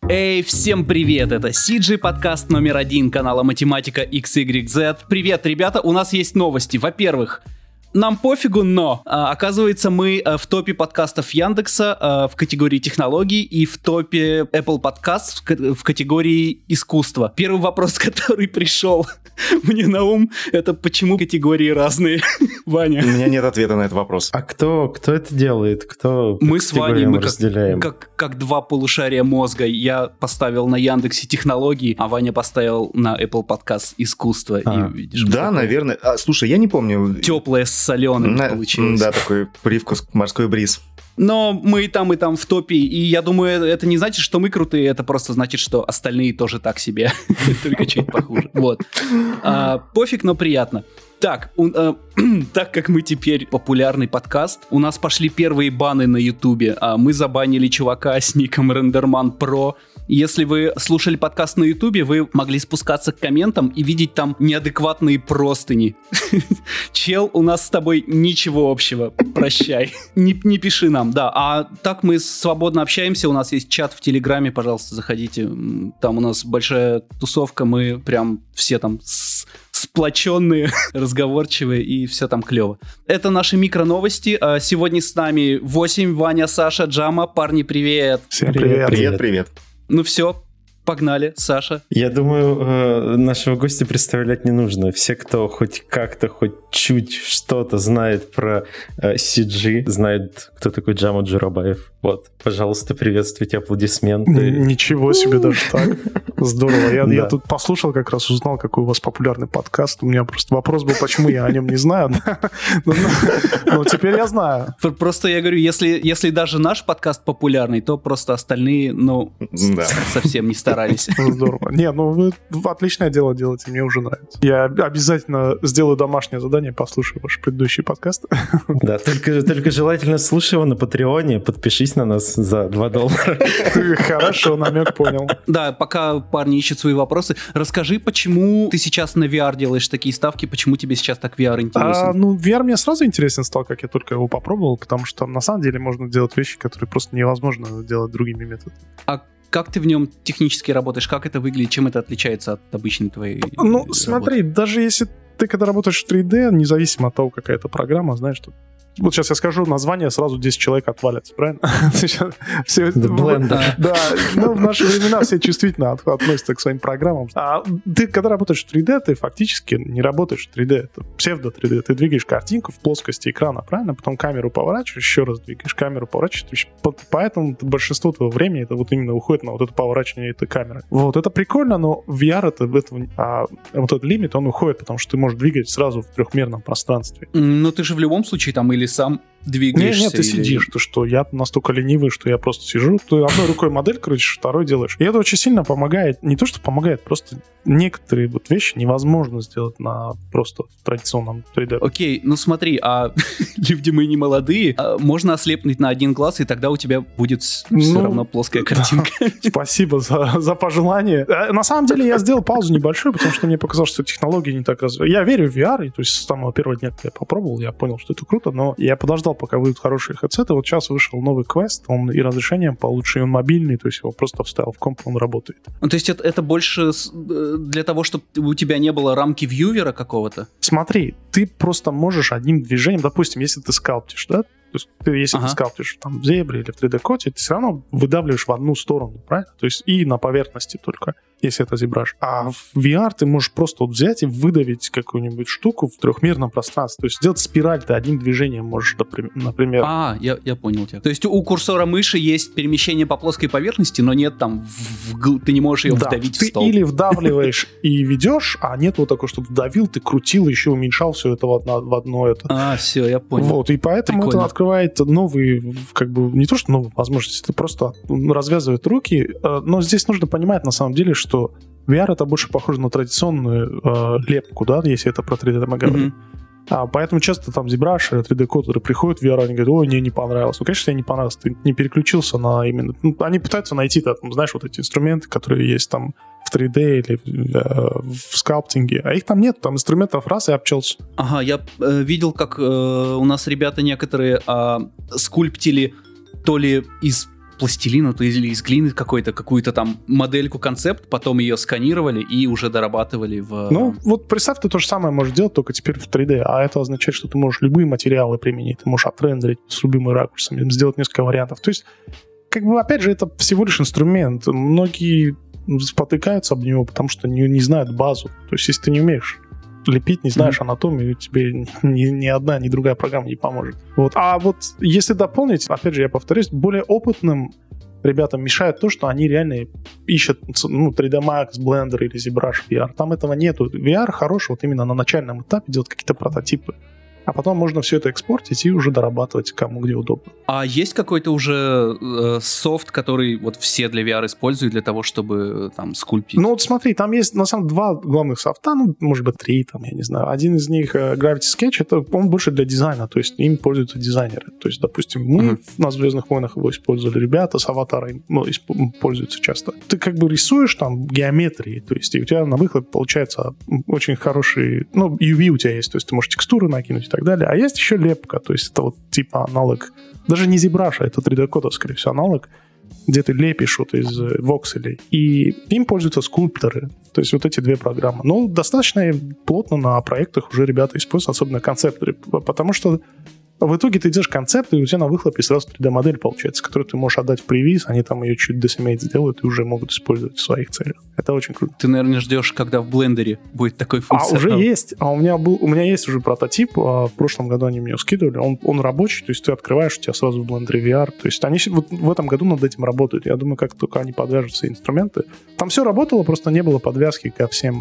Эй, всем привет! Это CG подкаст номер 1 канала Математика XYZ. Привет, ребята, у нас есть новости. Во-первых, нам пофигу, но оказывается мы в топе подкастов Яндекса в категории технологий и в топе Apple Podcasts в категории искусства. Первый вопрос, который пришел мне на ум, это почему категории разные, Ваня? У меня нет ответа на этот вопрос. А кто это делает? Кто мы с Ваней, мы разделяем? Как два полушария мозга. Я поставил на Яндексе технологии, а Ваня поставил на Apple Podcast искусство. И, видишь, да, наверное. Слушай, я не помню. Теплое с соленым получилось. Да, такой привкус, морской бриз. Но мы и там в топе, и я думаю, это не значит, что мы крутые, это просто значит, что остальные тоже так себе, только чуть похуже. Вот. Пофиг, но приятно. Так, так как мы теперь популярный подкаст, у нас пошли первые баны на Ютубе. Мы забанили чувака с ником Renderman Pro. Если вы слушали подкаст на Ютубе, вы могли спускаться к комментам и видеть там неадекватные простыни. Чел, у нас с тобой ничего общего. Прощай. Не пиши нам, да. А так мы свободно общаемся. У нас есть чат в Телеграме, пожалуйста, заходите. Там у нас большая тусовка. Мы прям все там сплоченные, разговорчивые, и все там клево. Это наши микроновости. Сегодня с нами 8, Ваня, Саша, Джама. Парни, привет. Всем привет. Привет. Ну все, погнали, Саша. Я думаю, нашего гостя представлять не нужно. Все, кто хоть как-то, хоть чуть что-то знает про CG, знают, кто такой Джама Джурабаев. Вот, пожалуйста, приветствуйте, аплодисменты. Ничего себе, даже так. Здорово. Я тут послушал, как раз узнал, какой у вас популярный подкаст. У меня просто вопрос был, почему я о нем не знаю. Но теперь я знаю. Просто я говорю, если даже наш подкаст популярный, то просто остальные, совсем не старались. Здорово. Не, вы отличное дело делаете, мне уже нравится. Я обязательно сделаю домашнее задание, послушаю ваш предыдущий подкаст. Да, только желательно слушай его на Патреоне, подпишись на нас за $2. Хорошо, намек понял. Да, пока парни ищут свои вопросы, расскажи, почему ты сейчас на VR делаешь такие ставки, почему тебе сейчас так VR интересен? VR мне сразу интересен стал, как я только его попробовал, потому что там на самом деле можно делать вещи, которые просто невозможно делать другими методами. А как ты в нем технически работаешь? Как это выглядит? Чем это отличается от обычной твоей работы? Смотри, даже если ты когда работаешь в 3D, независимо от того, какая это программа, знаешь, что... Вот сейчас я скажу название, сразу 10 человек отвалятся, правильно? Да, в наши времена все чувствительно относятся к своим программам. А ты, когда работаешь в 3D, ты фактически не работаешь в 3D, это псевдо-3D. Ты двигаешь картинку в плоскости экрана, правильно? Потом камеру поворачиваешь, еще раз двигаешь, камеру поворачиваешь. Поэтому большинство твоего времени это вот именно уходит на вот это поворачивание этой камеры. Вот, это прикольно, но VR вот этот лимит, он уходит, потому что ты можешь двигать сразу в трехмерном пространстве. Но ты же в любом случае там или сам двигаешься? Нет, ты сидишь. Ты что? Я настолько ленивый, что я просто сижу. Ты одной рукой модель крутишь, второй делаешь. И это очень сильно помогает. Не то, что помогает, просто некоторые вот вещи невозможно сделать на просто традиционном 3D. Окей, смотри, а люди мы не молодые, можно ослепнуть на один глаз, и тогда у тебя будет все равно плоская картинка. Спасибо за пожелание. На самом деле я сделал паузу небольшую, потому что мне показалось, что технологии не так развиты. Я верю в VR, и то есть с самого первого дня, когда я попробовал, я понял, что это круто, но я подождал, пока выйдут хорошие хедсеты. Вот сейчас вышел новый Quest, он и разрешением получше, и он мобильный, то есть его просто вставил в комп, он работает. То есть это больше для того, чтобы у тебя не было рамки вьювера какого-то? Смотри, ты просто можешь одним движением, допустим, если ты скалптишь, да? То есть если ты скалптишь там в зебре или в 3D-коде, ты все равно выдавливаешь в одну сторону, правильно? То есть и на поверхности только, если это зебраж. А в VR ты можешь просто вот взять и выдавить какую-нибудь штуку в трехмерном пространстве. То есть сделать спираль ты одним движением можешь, например. Я понял тебя. То есть у курсора мыши есть перемещение по плоской поверхности, но нет там, ты не можешь ее вдавить в стол. Ты или вдавливаешь и ведешь, а нет вот такого, чтобы вдавил, ты крутил, еще уменьшал все это в одно это. Все, я понял. Вот, и поэтому прикольно. Это открывает новые, не то что новые возможности, это просто развязывает руки, но здесь нужно понимать на самом деле, что VR это больше похоже на традиционную лепку, да, если это про 3D мы говорим. Поэтому часто там зебраши, 3D-кодеры приходят в VR, они говорят, ой, мне не понравилось. Конечно, тебе не понравилось, ты не переключился на именно... они пытаются найти, там, знаешь, вот эти инструменты, которые есть там в 3D или в скалптинге, а их там нет, там инструментов раз и обчелся. Я видел, как у нас ребята некоторые скульптили то ли из пластилина или из глины какую-то там модельку, концепт, потом ее сканировали и уже дорабатывали в... Ну, вот представь, ты то же самое можешь делать, только теперь в 3D, а это означает, что ты можешь любые материалы применить, ты можешь отрендерить с любыми ракурсами, сделать несколько вариантов. То есть, как бы, опять же, это всего лишь инструмент. Многие спотыкаются об него, потому что не знают базу. То есть, если ты не умеешь лепить, не знаешь анатомию, тебе ни одна, ни другая программа не поможет. Вот. А вот если дополнить, опять же, я повторюсь, более опытным ребятам мешает то, что они реально ищут 3D Max, Blender или ZBrush VR. Там этого нету. VR хорош вот именно на начальном этапе делать какие-то прототипы. А потом можно все это экспортить и уже дорабатывать кому где удобно. А есть какой-то уже софт, который вот все для VR используют для того, чтобы там скульптить? Ну вот смотри, там есть на самом деле 2 главных софта, ну может быть 3, там, я не знаю. Один из них Gravity Sketch, это он больше для дизайна, то есть им пользуются дизайнеры. То есть, допустим, мы на «Звездных войнах» его использовали, ребята с аватаром пользуются часто. Ты как бы рисуешь там геометрии, то есть и у тебя на выхлоп получается очень хороший, ну UV у тебя есть, то есть ты можешь текстуры накинуть и так далее. А есть еще лепка, то есть это вот типа аналог, даже не ZBrush, это 3D-кода, скорее всего, аналог, где ты лепишь что-то из вокселей. И им пользуются скульпторы, то есть вот эти 2 программы. Но достаточно плотно на проектах уже ребята используют, особенно концепторы, потому что в итоге ты делаешь концепт, и у тебя на выхлопе сразу 3D-модель получается, которую ты можешь отдать в превиз, они там ее чуть decimate сделают и уже могут использовать в своих целях. Это очень круто. Ты, наверное, ждешь, когда в блендере будет такой функционал. А уже есть. А у меня есть уже прототип. В прошлом году они мне его скидывали. Он рабочий, то есть ты открываешь, у тебя сразу в блендере VR. То есть они вот в этом году над этим работают. Я думаю, как только они подвяжутся инструменты. Там все работало, просто не было подвязки ко всем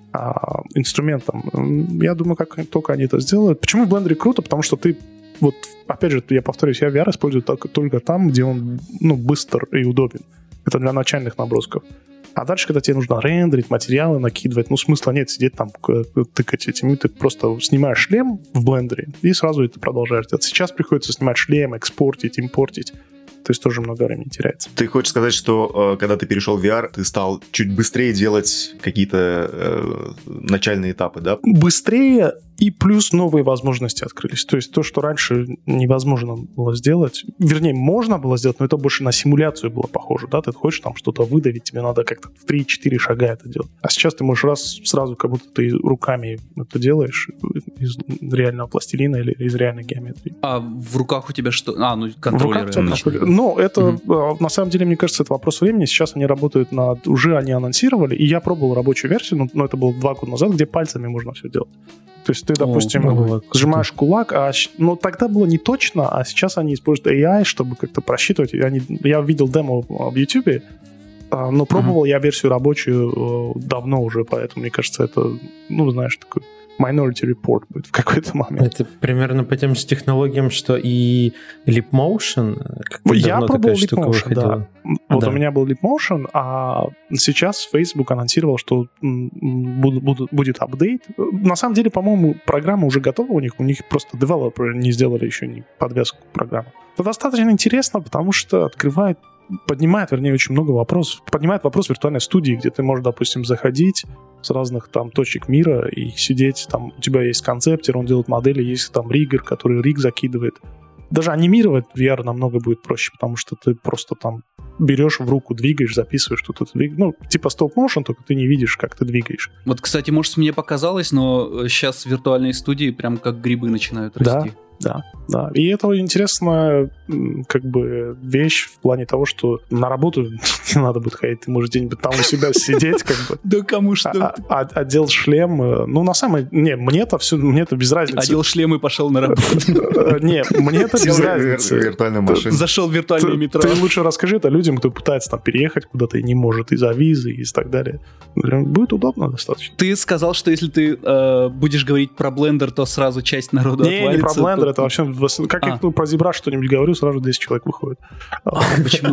инструментам. Я думаю, как только они это сделают. Почему в блендере круто? Потому что ты вот, опять же, я повторюсь, я VR использую только там, где он, быстр и удобен. Это для начальных набросков. А дальше, когда тебе нужно рендерить, материалы накидывать, смысла нет сидеть там, тыкать этими. Ты просто снимаешь шлем в блендере и сразу это продолжаешь делать. Сейчас приходится снимать шлем, экспортить, импортить. То есть тоже много времени теряется. Ты хочешь сказать, что когда ты перешел в VR, ты стал чуть быстрее делать какие-то начальные этапы, да? Быстрее и плюс новые возможности открылись. То есть то, что раньше невозможно было сделать, вернее, можно было сделать, но это больше на симуляцию было похоже, да? Ты хочешь там что-то выдавить, тебе надо как-то в 3-4 шага это делать. А сейчас ты можешь сразу, как будто ты руками это делаешь из реального пластилина или из реальной геометрии. А в руках у тебя что? Контроллеры. Ну, это, на самом деле, мне кажется, это вопрос времени. Сейчас они работают уже они анонсировали, и я пробовал рабочую версию, но это было 2 года назад, где пальцами можно все делать. То есть ты, допустим, сжимаешь кулак, но тогда было не точно, а сейчас они используют AI, чтобы как-то просчитывать. Я видел демо в YouTube, но пробовал я версию рабочую давно уже, поэтому, мне кажется, это, знаешь, такой Minority Report будет в какой-то момент. Это примерно по тем же технологиям, что и Leapmotion. Я пробовал Leapmotion, да. Вот у меня был Leapmotion, а сейчас Facebook анонсировал, что будет апдейт. На самом деле, по-моему, программа уже готова у них просто девелоперы не сделали еще ни подвеску программы. Это достаточно интересно, потому что поднимает, очень много вопросов. Поднимает вопрос виртуальной студии, где ты можешь, допустим, заходить с разных там точек мира и сидеть, там у тебя есть концептер, он делает модели, есть там риггер, который риг закидывает. Даже анимировать VR намного будет проще, потому что ты просто там берешь в руку, двигаешь, записываешь что-то. Типа стоп-моушен, только ты не видишь, как ты двигаешь. Вот, кстати, может, мне показалось, но сейчас виртуальные студии прям как грибы начинают расти. Да. И это интересная вещь в плане того, что на работу не надо будет ходить, ты можешь где-нибудь там у себя сидеть, Да кому что? Одел шлем. На самом деле, мне это без разницы. Одел шлем и пошел на работу. Не, мне это без разницы. Виртуальную машину. Зашел в виртуальное метро. Ты лучше расскажи это людям, кто пытается там переехать куда-то и не может из-за визы и так далее. Будет удобно достаточно. Ты сказал, что если ты будешь говорить про Blender, то сразу часть народа отвалится. Не про Blender, это вообще... Как я про ZBrush что-нибудь говорю, сразу 10 человек выходит. Почему?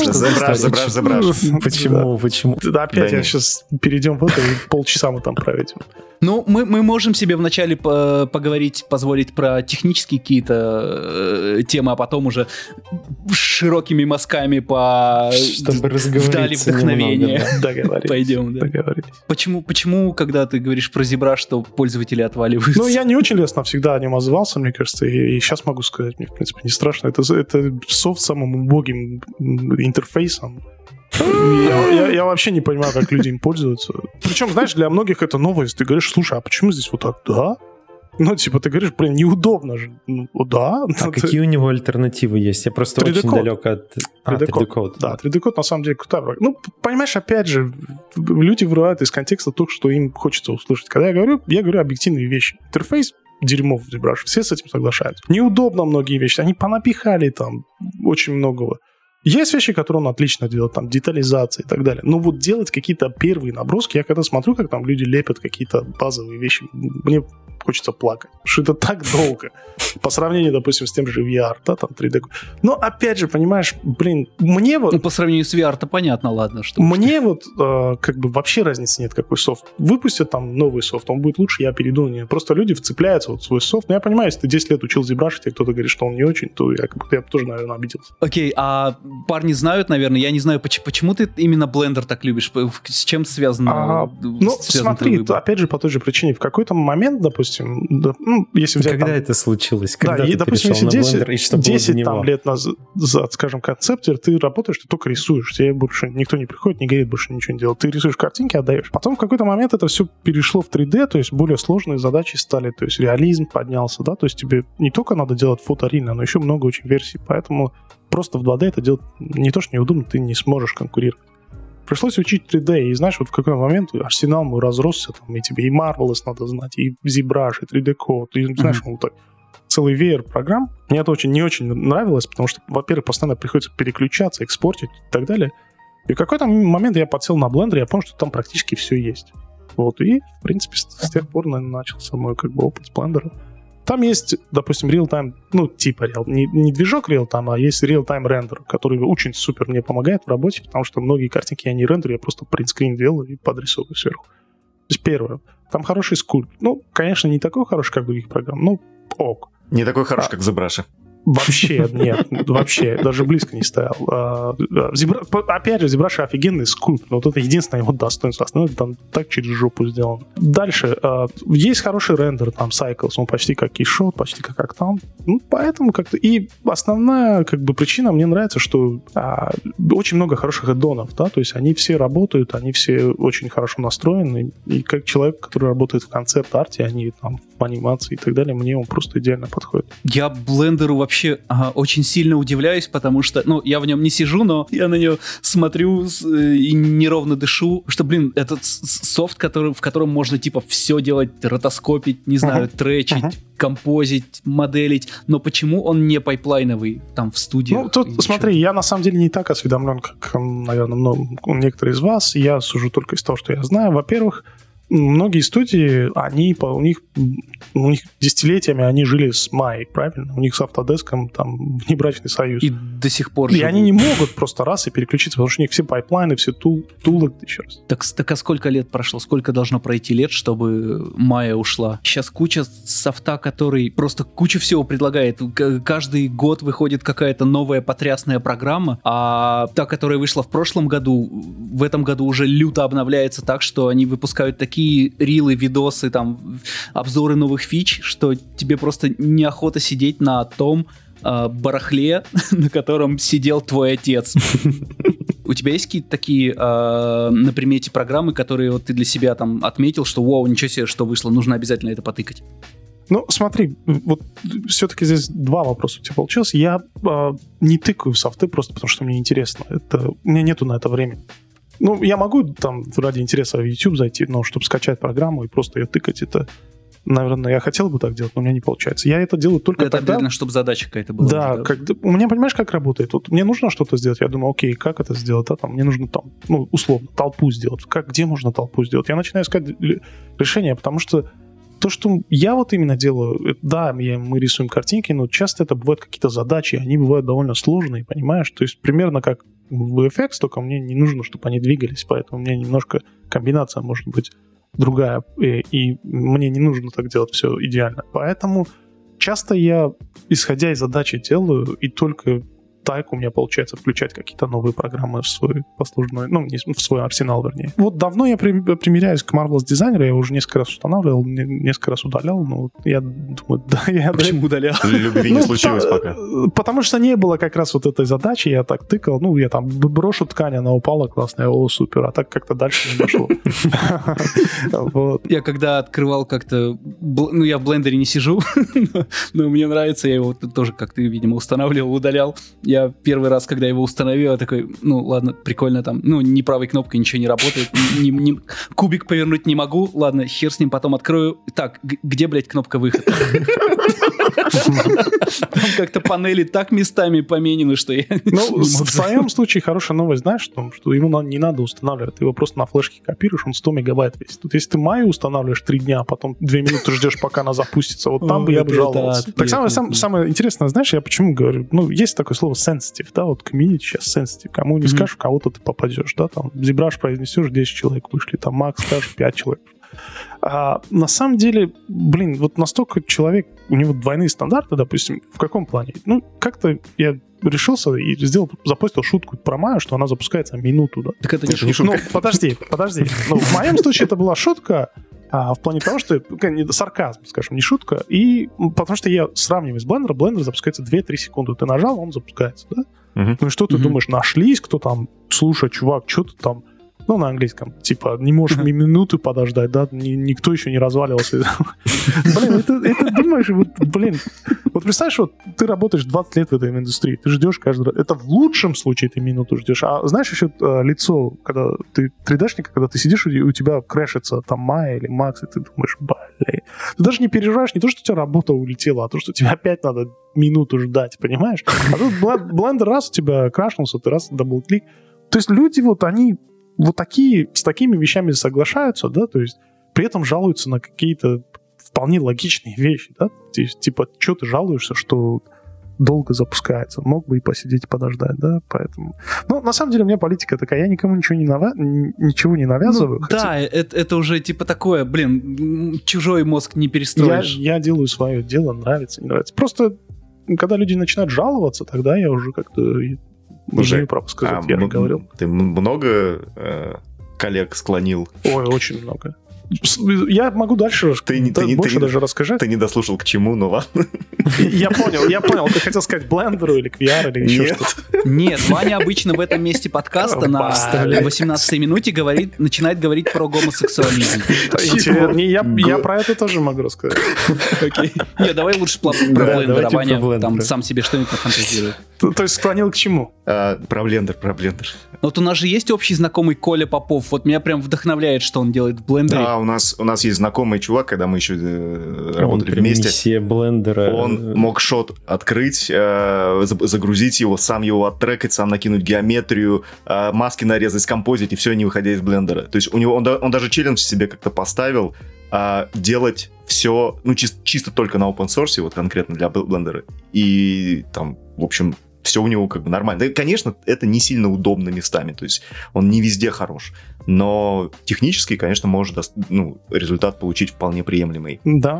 ZBrush. Почему? Опять я сейчас перейдем в это, и полчаса мы там проведем. Мы можем себе вначале позволить про технические какие-то темы, а потом уже широкими мазками чтобы вдали вдохновение. Договорились. Пойдем, да. Договорились. Почему, когда ты говоришь про ZBrush, что пользователи отваливаются? Я не очень лестно всегда о нем отзывался, мне кажется, и сейчас могу сказать, мне, в принципе, не страшно. Это это софт с самым убогим интерфейсом. Я вообще не понимаю, как люди им пользуются. Причем, знаешь, для многих это новость. Ты говоришь, слушай, а почему здесь вот так? Да? Ну, типа, ты говоришь, блин, неудобно же. Ну, да. А какие у него альтернативы есть? Я просто 3D очень код. далек от... 3D код. Да, 3D код на самом деле крутая. Ну, понимаешь, опять же, люди вырывают из контекста то, что им хочется услышать. Когда я говорю объективные вещи. Интерфейс дерьмо в ZBrush. Все с этим соглашаются. Неудобно многие вещи. Они понапихали там очень многого. Есть вещи, которые он отлично делает, там, детализация и так далее. Но вот делать какие-то первые наброски, я когда смотрю, как там люди лепят какие-то базовые вещи, мне хочется плакать. Потому что это так долго. По сравнению, допустим, с тем же VR, да, там 3D. Но, опять же, понимаешь, блин, мне вот... Ну, по сравнению с VR-то понятно, ладно. Что мне вот как бы вообще разницы нет, какой софт. Выпустят там новый софт, он будет лучше, я перейду на него. Просто люди вцепляются вот в свой софт. Но я понимаю, если ты 10 лет учил ZBrush, и кто-то говорит, что он не очень, то я тоже, наверное, обиделся. Окей, а парни знают, наверное, я не знаю, почему ты именно Blender так любишь? С чем связано? Ну, смотри, опять же, по той же причине. В какой-то момент, допустим, если взять... Когда это случилось? Когда да, ты допустим, перешел если на Blender, и что 10 было до там, него? лет назад, скажем, концептер, ты работаешь, ты только рисуешь. Тебе больше никто не приходит, не говорит, больше ничего не делать. Ты рисуешь картинки, отдаешь. Потом в какой-то момент это все перешло в 3D, то есть более сложные задачи стали, то есть реализм поднялся, да, то есть тебе не только надо делать фотореально, но еще много очень версий. Поэтому просто в 2D это делать не то, что неудобно, ты не сможешь конкурировать. Пришлось учить 3D, и знаешь, вот в какой момент арсенал мой разросся, там, и тебе и Marvelous надо знать, и ZBrush, и 3D Code, и, знаешь, вот так, целый веер программ. Мне это не очень нравилось, потому что, во-первых, постоянно приходится переключаться, экспортить и так далее. И в какой-то момент я подсел на Blender, я понял, что там практически все есть. Вот, и, в принципе, с тех пор, наверное, начался мой как бы опыт с Blender. Там есть, допустим, real-time, ну, типа не движок real-time, а есть real-time рендер, который очень супер мне помогает в работе, потому что многие картинки я не рендерю, я просто принтскрин делаю и подрисовываю сверху. То есть первое. Там хороший скульпт. Ну, конечно, не такой хороший, как в других программах, но ок. Не такой хороший, как в ZBrush. Вообще нет, вообще, даже близко не стоял. Опять же, ZBrush офигенный скульпт, но вот это единственное его достоинство. Остальное там так через жопу сделано. Дальше, есть хороший рендер, там, Cycles, он почти как Keyshot, почти как Octane. Ну, поэтому как-то... И основная, как бы, причина мне нравится, что очень много хороших аддонов, да, то есть они все работают, они все очень хорошо настроены, и как человек, который работает в концепт-арте, они там в анимации и так далее, мне он просто идеально подходит. Я Блендеру вообще очень сильно удивляюсь, потому что, ну, я в нем не сижу, но я на него смотрю и неровно дышу, что, блин, этот софт, в котором можно, типа, все делать, ротоскопить, не знаю, тречить, композить, моделить, но почему он не пайплайновый там в студии? Ну, тут, смотри, я на самом деле не так осведомлен, как, наверное, некоторые из вас, я сужу только из того, что я знаю. Во-первых, многие студии, у них десятилетиями они жили с Maya, правильно? У них с Autodesk там внебрачный союз. И до сих пор И они не могут просто раз и переключиться, потому что у них все пайплайны, все тулы, еще раз. Так а сколько лет прошло? Сколько должно пройти лет, чтобы Maya ушла? Сейчас куча софта, который просто кучу всего предлагает. Каждый год выходит какая-то новая потрясная программа, а та, которая вышла в прошлом году, в этом году уже люто обновляется так, что они выпускают такие рилы, видосы, там, обзоры новых фич, что тебе просто неохота сидеть на том барахле, на котором сидел твой отец. У тебя есть какие-то такие на примете программы, которые вот ты для себя там отметил, что вау, ничего себе, что вышло, нужно обязательно это потыкать? Ну, смотри, вот все-таки здесь два вопроса у тебя получилось. Я не тыкаю в софты просто потому, что мне интересно. У меня нету на это времени. Ну, я могу там ради интереса в YouTube зайти, но чтобы скачать программу и просто ее тыкать, это, наверное, я хотел бы так делать, но у меня не получается. Я это делаю только это тогда... обязательно, чтобы задача какая-то была. Да, у меня, понимаешь, как работает? Вот мне нужно что-то сделать, я думаю, окей, как это сделать? Да, там, мне нужно там, ну, условно, толпу сделать. Где можно толпу сделать? Я начинаю искать решение, потому что то, что я вот именно делаю, да, мы рисуем картинки, но часто это бывают какие-то задачи, они бывают довольно сложные, понимаешь? То есть примерно как в VFX, только мне не нужно, чтобы они двигались, поэтому у меня немножко комбинация может быть другая, и мне не нужно так делать все идеально. Поэтому часто я, исходя из задачи, делаю, и только так у меня получается включать какие-то новые программы в свой послужной, в свой арсенал, вернее. Вот давно я примеряюсь к Marvelous Designer, я уже несколько раз устанавливал, несколько раз удалял, но я думаю, да, я... Почему удалял? Любви не случилось пока. Потому что не было как раз вот этой задачи, я так тыкал, я там брошу ткань, она упала классная, супер, а так как-то дальше не дошло. Я когда открывал как-то... я в блендере не сижу, но мне нравится, я его тоже как-то, видимо, устанавливал, удалял. Я первый раз, когда его установил, я такой, ладно, прикольно там, не правой кнопкой ничего не работает, кубик повернуть не могу, ладно, хер с ним, потом открою. Так, где, блядь, кнопка выхода? Там как-то панели так местами поменены, что я не могу. В твоем случае хорошая новость, знаешь, что ему не надо устанавливать, ты его просто на флешке копируешь, он 100 мегабайт весит. Тут если ты Майю устанавливаешь 3 дня, а потом 2 минуты ждешь, пока она запустится, вот там бы я бы жаловался. Так самое интересное, знаешь, я почему говорю, есть такое слово sensitive, да, вот комьюнити сейчас sensitive, кому не скажешь, в кого-то ты попадешь, да, там, ZBrush произнесешь, 10 человек вышли, там, Max скажешь, 5 человек. А на самом деле, вот настолько человек, у него двойные стандарты, допустим, в каком плане? Как-то я решился и запостил шутку про Майю, что она запускается минуту, да. Так это не шутка. Подожди. В моем случае это была шутка, в плане того, что сарказм, скажем, не шутка, и потому что я сравниваю с блендером, блендер запускается 2-3 секунды, ты нажал, он запускается, да? И что ты думаешь, нашлись, кто там, слушай, чувак, что ты там, на английском, типа, не можешь минуту подождать, да, никто еще не разваливался. Это думаешь, вот представляешь, вот ты работаешь 20 лет в этой индустрии, ты ждешь каждый раз, это в лучшем случае ты минуту ждешь, а знаешь еще лицо, когда ты 3D-шник, когда ты сидишь, и у тебя крэшится там Майя или Макс, и ты думаешь, блин, ты даже не переживаешь не то, что у тебя работа улетела, а то, что тебе опять надо минуту ждать, понимаешь? А тут блендер раз у тебя крашнулся, ты раз дабл-клик. То есть люди они с такими вещами соглашаются, да, то есть при этом жалуются на какие-то вполне логичные вещи, да, то есть, типа, что ты жалуешься, что долго запускается, мог бы и посидеть и подождать, да, поэтому... на самом деле у меня политика такая, я никому ничего не навязываю. Да, это уже типа такое, чужой мозг не перестроишь. Я делаю свое дело, нравится, не нравится. Просто, когда люди начинают жаловаться, тогда я уже как-то... Уже имею право сказать, я говорил. Ты много коллег склонил? Ой, очень много. Я могу дальше больше даже рассказать. Ты не дослушал к чему, ну ладно. Я понял. Ты хотел сказать к блендеру или к VR или еще что-то. Нет, Ваня обычно в этом месте подкаста на 18-й минуте начинает говорить про гомосексуализм. Я про это тоже могу рассказать. Окей. Не, давай лучше про блендер, а Ваня там сам себе что-нибудь нафантазирует. То есть склонил к чему? Про блендер. Вот у нас же есть общий знакомый Коля Попов. Вот меня прям вдохновляет, что он делает в блендере. Да, у нас есть знакомый чувак, когда мы еще работали вместе. Мессия блендера. Он мог шот открыть, загрузить его, сам его оттрекать, сам накинуть геометрию, маски нарезать, скомпозить, и все, не выходя из блендера. То есть у него он даже челлендж себе как-то поставил, делать все, чисто только на open source, вот конкретно для блендера. И там, в общем, все у него как бы нормально. Да, конечно, это не сильно удобно местами, то есть он не везде хорош, но технически, конечно, может результат получить вполне приемлемый. Да.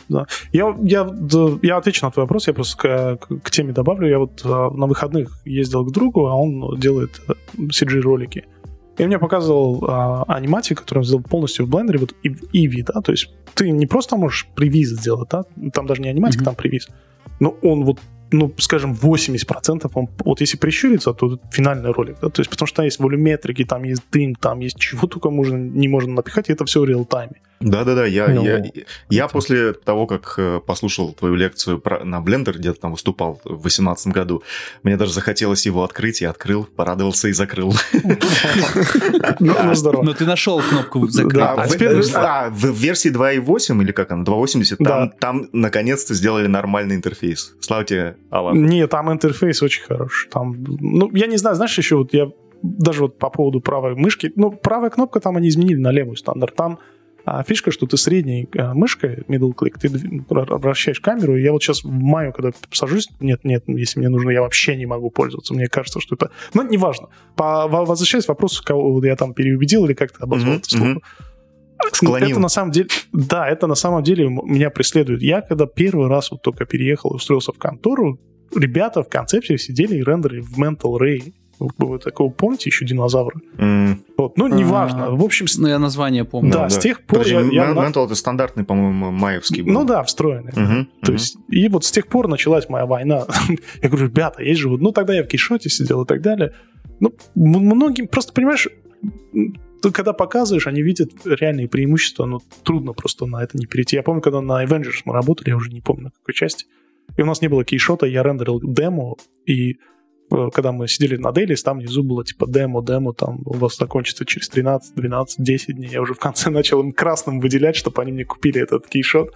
Я отвечу на твой вопрос, я просто к теме добавлю. Я вот на выходных ездил к другу, а он делает CG-ролики. И мне показывал анимацию, которую он сделал полностью в блендере, вот и в Eevee, да, то есть ты не просто можешь превиз сделать, да, там даже не аниматика, там превиз, но он вот, скажем, 80%, он, вот если прищуриться, то это финальный ролик, да, то есть потому что там есть волюметрики, там есть дым, там есть чего только не можно напихать, и это все в реал-тайме. Да, я после того, как послушал твою лекцию на Blender, где-то там выступал в 2018 году, мне даже захотелось его открыть, я открыл, порадовался и закрыл. Здорово. Но ты нашел кнопку закрыть. В версии 2.8 или как она, 2.80, там наконец-то сделали нормальный интерфейс. Слава тебе, Аллах. Не, там интерфейс очень хороший. Я не знаю, знаешь, еще вот я даже вот по поводу правой мышки, правая кнопка там они изменили на левую стандарт. Там фишка, что ты средней мышкой, middle click, ты обращаешь камеру, и я вот сейчас в Майю, когда сажусь, нет, если мне нужно, я вообще не могу пользоваться. Мне кажется, что это... неважно. Возвращаясь к вопросу, кого я там переубедил или как-то обозвал это слово. Склонил. Это на самом деле... Да, это на самом деле меня преследует. Я когда первый раз вот только переехал и устроился в контору, ребята в концепции сидели и рендерили в Mental Ray. Вы такого помните еще динозавры? Вот. Ну, неважно. В общем... Ну, я название помню. Да, с тех пор... Mental это стандартный, по-моему, маевский был. Ну да, встроенный. То есть, и вот с тех пор началась моя война. Я говорю, ребята, есть же... Ну, тогда я в Кейшоте сидел и так далее. Ну, многим... Просто, понимаешь, ты когда показываешь, они видят реальные преимущества, но трудно просто на это не перейти. Я помню, когда на Avengers мы работали, я уже не помню, на какой части, и у нас не было кейшота, я рендерил демо, и когда мы сидели на дейлис, там внизу было типа демо, там у вас закончится через 13, 12, 10 дней. Я уже в конце начал им красным выделять, чтобы они мне купили этот кейшот.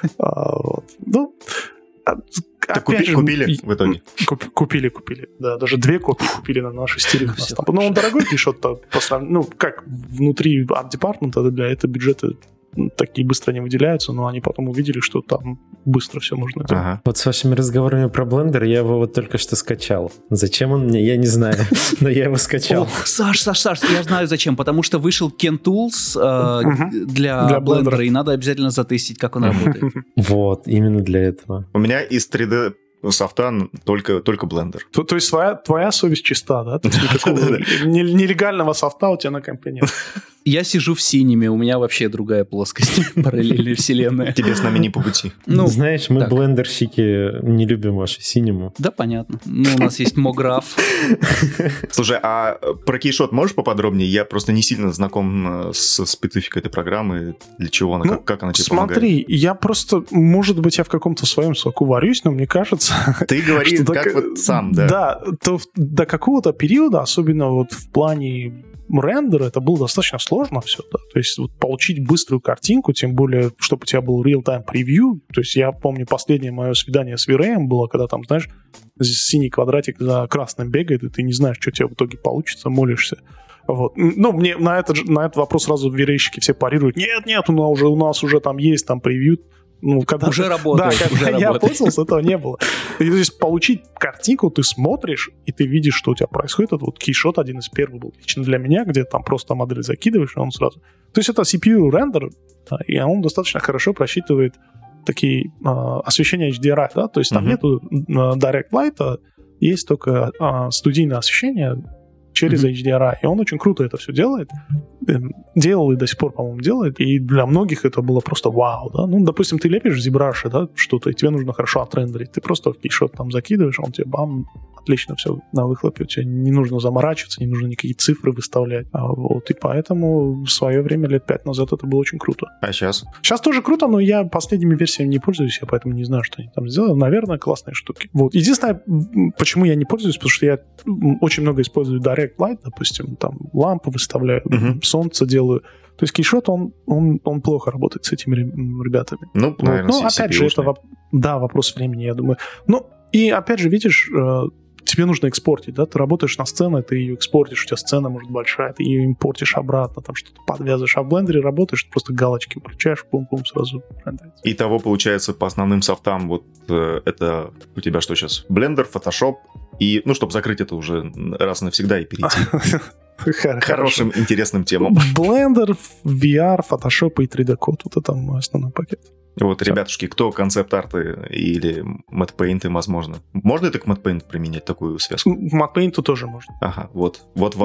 Ну, купили в итоге? Купили. Да, даже 2 копии купили на наши стиле. Но он дорогой кейшот-то, ну, как внутри арт-департмента, для этого бюджета такие быстро не выделяются, но они потом увидели, что там быстро все можно делать. Ага. Вот с вашими разговорами про Blender я его вот только что скачал. Зачем он мне, я не знаю, но я его скачал. Саш, я знаю зачем, потому что вышел Ken Tools для Blender, и надо обязательно затестить, как он работает. Вот, именно для этого. У меня из 3D софта только Blender. То есть твоя совесть чиста, да? То есть никакого нелегального софта у тебя на компе нет. Я сижу в синеме, у меня вообще другая плоскость, параллельная вселенная. Тебе с нами не по пути. Ну, знаешь, мы блендерщики не любим вашу синему. Да, понятно. Ну, у нас есть Moggraph. Слушай, а про кейшот можешь поподробнее? Я просто не сильно знаком с спецификой этой программы. Для чего она, как она тебе помогает? Смотри, я просто, может быть, я в каком-то своем соку варюсь, но мне кажется... Ты говоришь, как вот сам, да. Да, до какого-то периода, особенно вот в плане рендера, это было достаточно сложно все, да. То есть вот получить быструю картинку, тем более, чтобы у тебя был real-time превью. То есть я помню, последнее мое свидание с V-Ray было, когда там, знаешь, синий квадратик за красным бегает, и ты не знаешь, что у тебя в итоге получится, молишься. Вот. Ну, мне на этот вопрос сразу V-Ray-щики все парируют. Нет, у нас уже там есть там превью. Ну, когда уже работает. Да, когда я пользовался, этого не было. И, то есть получить картинку, ты смотришь, и ты видишь, что у тебя происходит. Это вот кейшот один из первых был лично для меня, где там просто модель закидываешь, и он сразу... То есть это CPU-рендер, да, и он достаточно хорошо просчитывает такие освещения HDRI, да, то есть там нету Direct Light, есть только студийное освещение через HDRI, и он очень круто это все делает. Делал и до сих пор, по-моему, делает, и для многих это было просто вау, да. Ну, допустим, ты лепишь в ZBrush, да, что-то, и тебе нужно хорошо отрендерить. Ты просто в кейшот там закидываешь, он тебе бам, отлично все на выхлопе, тебе не нужно заморачиваться, не нужно никакие цифры выставлять. Вот, и поэтому в свое время, лет 5 назад, это было очень круто. А сейчас? Сейчас тоже круто, но я последними версиями не пользуюсь, я поэтому не знаю, что они там сделали. Наверное, классные штуки. Вот. Единственное, почему я не пользуюсь, потому что я очень много использую Direct Light, допустим, там лампы выставляю, солнце делаю. То есть кейшот, он плохо работает с этими ребятами. Ну, наверное, вот. Но опять же, это вопрос времени, я думаю. Ну, и опять же, видишь, тебе нужно экспортить, да, ты работаешь на сцене, ты ее экспортишь, у тебя сцена может большая, ты ее импортишь обратно, там что-то подвязываешь, а в блендере работаешь, просто галочки включаешь, пум-пум, сразу рендерится. Итого, получается, по основным софтам, вот это у тебя что сейчас? Blender, Photoshop и, ну, чтобы закрыть это уже раз и навсегда и перейти к хорошим, интересным темам. Blender, VR, Photoshop и 3D-код, вот это мой основной пакет. Вот, ребятушки, кто концепт-арты или Matte Paint, возможно. Можно это к Matte Paint применять, такую связку? К Matte Paint тоже можно. Ага, вот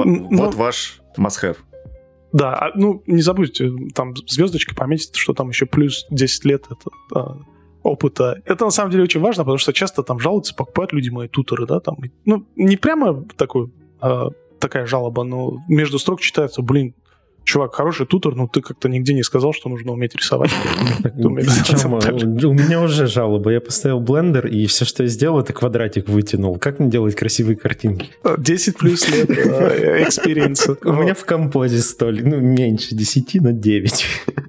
ваш must-have. Да, ну, не забудьте, там звездочкой пометить, что там еще плюс 10 лет опыта. Это, на самом деле, очень важно, потому что часто там жалуются, покупают люди мои туторы, да, там, ну, не прямо такая жалоба, но между строк читается, блин, чувак, хороший тутор, но ты как-то нигде не сказал, что нужно уметь рисовать. У меня уже жалоба. Я поставил блендер, и все, что я сделал, это квадратик вытянул. Как мне делать красивые картинки? 10 плюс лет экспириенса. У меня в композе столик, ну, меньше 10, но 9.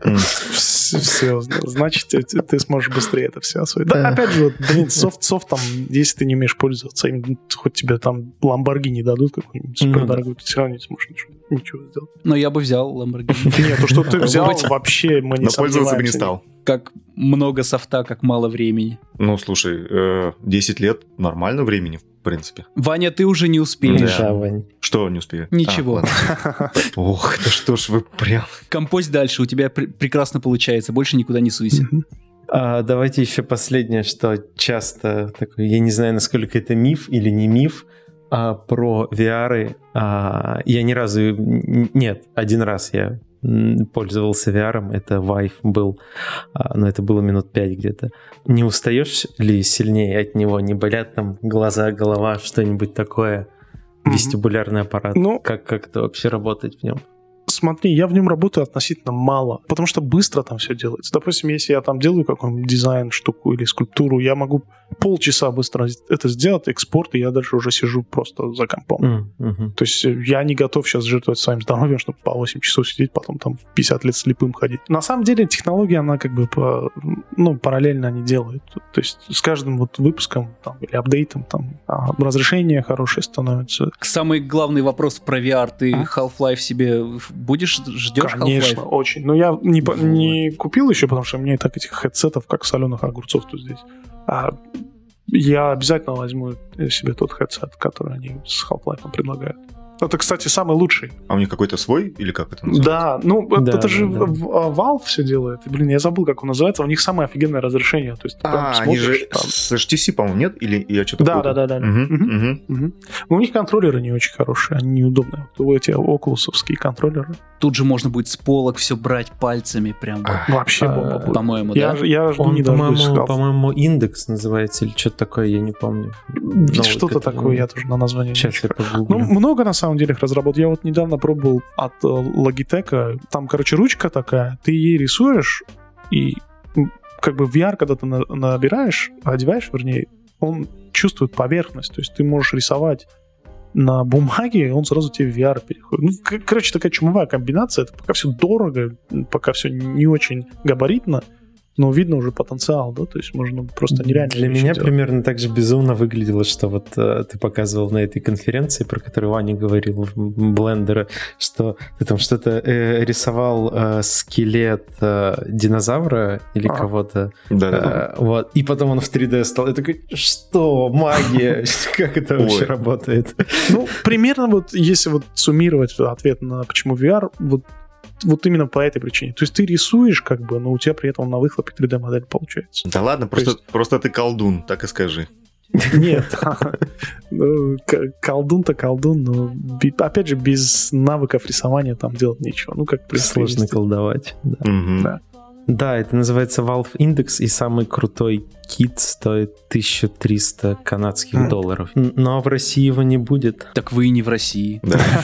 Все, значит, ты сможешь быстрее это все освоить. Да, опять же, вот, блин, софт там, если ты не умеешь пользоваться, хоть тебе там Lamborghini дадут какой-нибудь супердорогой, ты все равно не сможешь ничего сделать. Но я бы взял Lamborghini. Нет, то, что ты взял, вообще мы не сомневаемся. Но пользоваться бы не стал. Как много софта, как мало времени. Ну, слушай, 10 лет нормально времени, в принципе. Ваня, ты уже не успеешь. Да, Вань. Что не успею? Ничего. Ох, да что ж вы прям... Композь дальше, у тебя прекрасно получается, больше никуда не суйся. Давайте еще последнее, что часто такое, я не знаю, насколько это миф или не миф, про VR. Я ни разу... Нет, один раз я пользовался VR, это Vive был, но это было минут 5 где-то. Не устаешь ли сильнее от него? Не болят там глаза, голова, что-нибудь такое? Вестибулярный аппарат? Как это вообще работать в нем? Смотри, я в нем работаю относительно мало, потому что быстро там все делается. Допустим, если я там делаю какой-нибудь дизайн, штуку или скульптуру, я могу полчаса быстро это сделать, экспорт, и я дальше уже сижу просто за компом. То есть я не готов сейчас жертвовать своим здоровьем, чтобы по 8 часов сидеть, потом там 50 лет слепым ходить. На самом деле технология, она как бы параллельно они делают. То есть с каждым вот выпуском там, или апдейтом там разрешение хорошее становится. Самый главный вопрос про VR. Ты Half-Life себе ждешь? Конечно, Half-Life? очень. Но я не купил еще, потому что у меня и так этих хедсетов, как соленых огурцов тут здесь. Я обязательно возьму себе тот хедсет, который они с Half-Life предлагают. Это, кстати, самый лучший. А у них какой-то свой? Или как это называется? Да, это же Valve все делает. Блин, я забыл, как он называется. У них самое офигенное разрешение. То есть, они же с HTC, по-моему, нет? Или я что-то путаю? Да. Но у них контроллеры не очень хорошие, они неудобные. Вот эти окулусовские контроллеры. Тут же можно будет с полок все брать пальцами прям. Вообще бомба будет. По-моему, да? Я жду не дождусь. По-моему, индекс называется или что-то такое, я не помню. Что-то такое, я тоже на название. Сейчас я погуглю. Много на самом деле их разработал. Я вот недавно пробовал от Logitech. Там, ручка такая, ты ей рисуешь, и как бы VR, когда ты набираешь, одеваешь, вернее, он чувствует поверхность. То есть ты можешь рисовать на бумаге, он сразу тебе в VR переходит. Такая чумовая комбинация. Это пока все дорого, пока все не очень габаритно, но видно уже потенциал, да, то есть можно просто нереально. Для меня делать. Примерно так же безумно выглядело, что вот ты показывал на этой конференции, про которую Ваня говорил, Блендера, что ты там что-то рисовал скелет динозавра или кого-то. Да. Вот, и потом он в 3D стал. Я такой, что? Магия? Как это вообще работает? Примерно вот, если вот суммировать ответ на почему VR, вот именно по этой причине. То есть ты рисуешь, как бы, но у тебя при этом на выхлопе 3D-модель получается. Да ладно, просто ты колдун, так и скажи. Нет. Колдун-то колдун, но опять же, без навыков рисования там делать нечего. Сложно колдовать. Да, это называется Valve Index, и самый крутой кит стоит 1300 канадских долларов. Но в России его не будет. Так вы и не в России.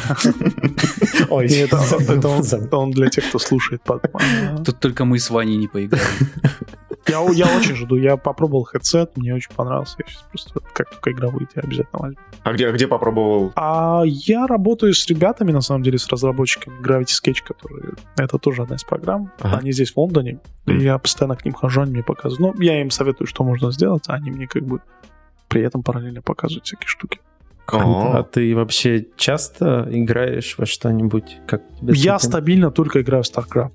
Ой, это он для тех, кто слушает. Тут только мы с Ваней не поиграли. Я очень жду. Я попробовал хедсет, мне очень понравился. Я сейчас просто, как только игра выйдет, я обязательно возьму. А где попробовал? Я работаю с ребятами, на самом деле, с разработчиками Gravity Sketch, которые... Это тоже одна из программ. Они здесь в Лондоне. И я постоянно к ним хожу, они мне показывают. Я им советую, что можно сделать, а они мне как бы при этом параллельно показывают всякие штуки. А ты вообще часто играешь во что-нибудь? Я стабильно только играю в StarCraft.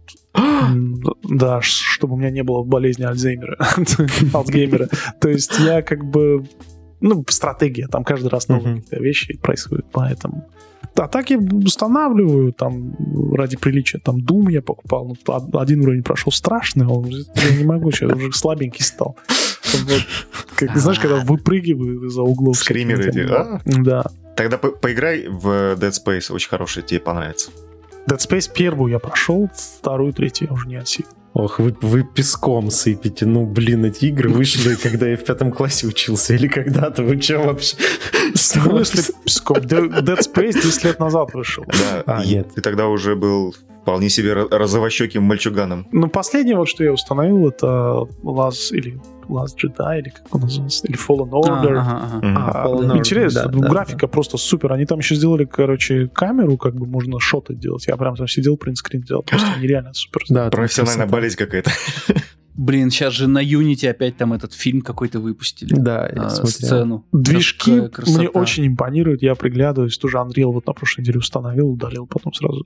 Да, чтобы у меня не было болезни Альцгеймера. То есть я как бы... стратегия. Там каждый раз новые какие-то вещи происходят, поэтому... А так я устанавливаю там ради приличия. Там Doom я покупал. Один уровень прошел страшный. Я не могу, сейчас уже слабенький стал. Знаешь, когда выпрыгиваю из-за углов. Скримеры эти, да? Тогда поиграй в Dead Space. Очень хороший, тебе понравится. Dead Space первую я прошел, вторую, третью я уже не осилил. Ох, вы песком сыпете. Эти игры вышли, когда я в 5 классе учился. Или когда-то. Вы что вообще? В смысле песком? Dead Space 10 лет назад вышел. Да, нет. Ты тогда уже был вполне себе розовощеким мальчуганом. Последнее, вот что я установил, это Last Jedi, или как он назывался, или Fallen Order. Интересно, графика просто супер. Они там еще сделали, камеру, как бы можно шоты делать. Я прям там сидел, принтскрин делал. Просто нереально супер. Да, профессиональная болезнь какая-то. Блин, сейчас же на Unity опять там этот фильм какой-то выпустили. Да, я смотрел. Сцену. Движки мне очень импонируют, я приглядываюсь. Тоже Unreal вот на прошлой неделе установил, удалил потом сразу.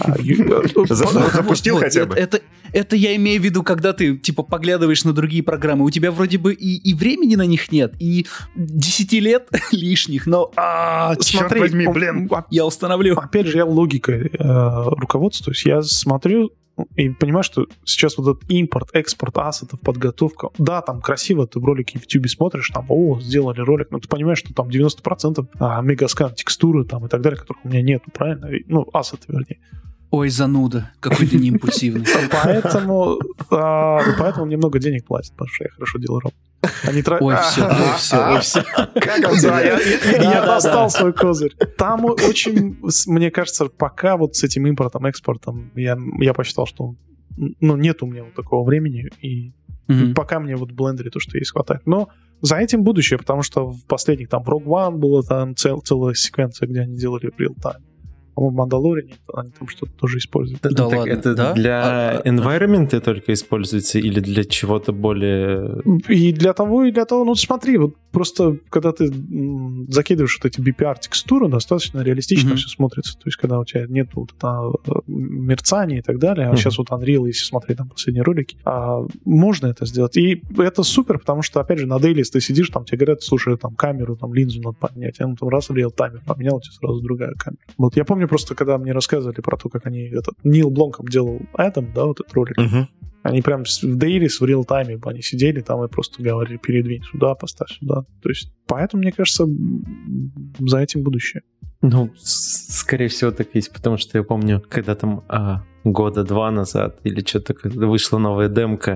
Запустил хотя бы? Это я имею в виду, когда ты типа поглядываешь на другие программы, у тебя вроде бы и времени на них нет, и 10 лет лишних, но черт возьми, блин. Я установлю. Опять же, я логикой руководствуюсь. Я смотрю, И понимаешь, что сейчас вот этот импорт, экспорт ассетов, подготовка, да, там красиво, ты в ролике в YouTube смотришь, там, сделали ролик, но ты понимаешь, что там 90% мегаскан, текстуры там и так далее, которых у меня нету, правильно? Ну, ассеты, вернее. Ой, зануда, какой ты неимпульсивный. Поэтому мне много денег платят, потому что я хорошо делаю ролик. Ой, все. Как он Я достал свой козырь. Там очень, мне кажется, пока вот с этим импортом, экспортом, я посчитал, что нет у меня вот такого времени, и пока мне вот в блендере то, что есть, хватает. Но за этим будущее, потому что в последних, там, в Rogue One была там целая секвенция, где они делали в real-time. По-моему, в «Мандалориане» они там что-то тоже используют. Да ладно, это да? Для environment только используется или для чего-то более... И для того. Ну, смотри, вот просто когда ты закидываешь вот эти BPR-текстуры, достаточно реалистично все смотрится. То есть, когда у тебя нет вот мерцания и так далее, а сейчас вот Unreal, если смотреть там последние ролики, можно это сделать. И это супер, потому что, опять же, на Dailies ты сидишь, там тебе говорят, слушай, там камеру, там линзу надо поменять, а там раз в реал-тайме поменял, у тебя сразу другая камера. Вот я помню просто, когда мне рассказывали про то, как они Нил Бломком делал Adam, да, вот этот ролик. Они прям в Dailies в реал-тайме они сидели там и просто говорили, передвинь сюда, поставь сюда. То есть, поэтому, мне кажется, за этим будущее. Ну, скорее всего, так и есть, потому что я помню, когда там года 2 назад или что-то, когда вышла новая демка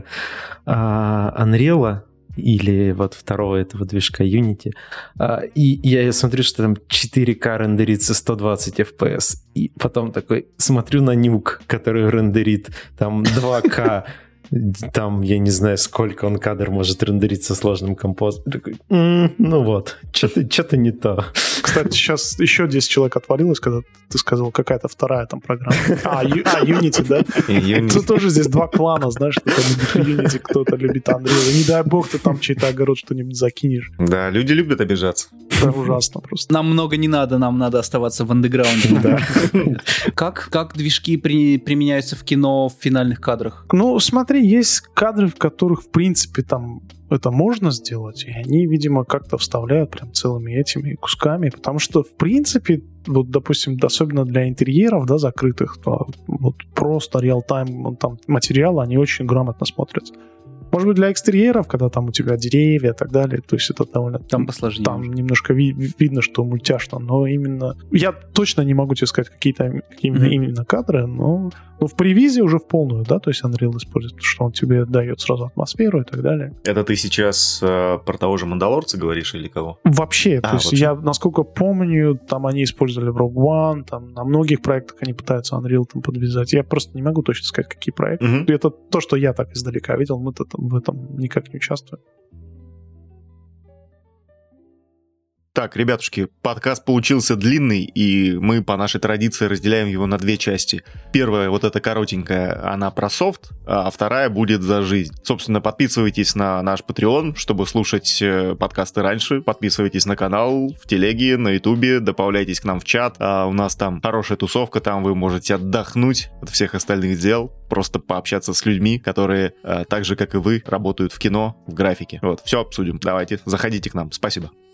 Unreal, или вот второго этого движка Unity. И я смотрю, что там 4К рендерится 120 FPS. И потом такой смотрю на нюк, который рендерит там 2К. Там, я не знаю, сколько он кадр может рендерить со сложным композом. Такой, ну вот, что-то не то. Кстати, сейчас еще 10 человек отвалилось, когда ты сказал, какая-то вторая там программа. Unity, да? Тут тоже здесь два клана, знаешь, кто-то любит Unity, кто-то любит Unreal. Не дай бог ты там чей-то огород что-нибудь закинешь. Да, люди любят обижаться. Это ужасно просто. Нам много не надо, нам надо оставаться в андеграунде. Как движки применяются в кино в финальных кадрах? Ну, смотри, есть кадры, в которых, в принципе, там это можно сделать, и они, видимо, как-то вставляют прям целыми этими кусками, потому что, в принципе, вот, допустим, особенно для интерьеров, да, закрытых, то вот просто реал-тайм там материалы, они очень грамотно смотрятся. Может быть, для экстерьеров, когда там у тебя деревья и так далее, то есть это довольно... Там посложнее. Там немножко видно, что мультяшно, но именно... Я точно не могу тебе сказать, какие именно кадры, но в превизе уже в полную, да, то есть Unreal использует, что он тебе дает сразу атмосферу и так далее. Это ты сейчас про того же «Мандалорца» говоришь или кого? Вообще, то есть вообще. Я, насколько помню, там они использовали в Rogue One, там на многих проектах они пытаются Unreal там подвязать. Я просто не могу точно сказать, какие проекты. Это то, что я так издалека видел, мы-то в этом никак не участвуем. Так, ребятушки, подкаст получился длинный, и мы по нашей традиции разделяем его на две части. Первая, вот эта коротенькая, она про софт, а вторая будет за жизнь. Собственно, подписывайтесь на наш Patreon, чтобы слушать подкасты раньше. Подписывайтесь на канал в Телеге, на Ютубе, добавляйтесь к нам в чат. У нас там хорошая тусовка, там вы можете отдохнуть от всех остальных дел, просто пообщаться с людьми, которые так же, как и вы, работают в кино, в графике. Вот, все обсудим. Давайте, заходите к нам. Спасибо.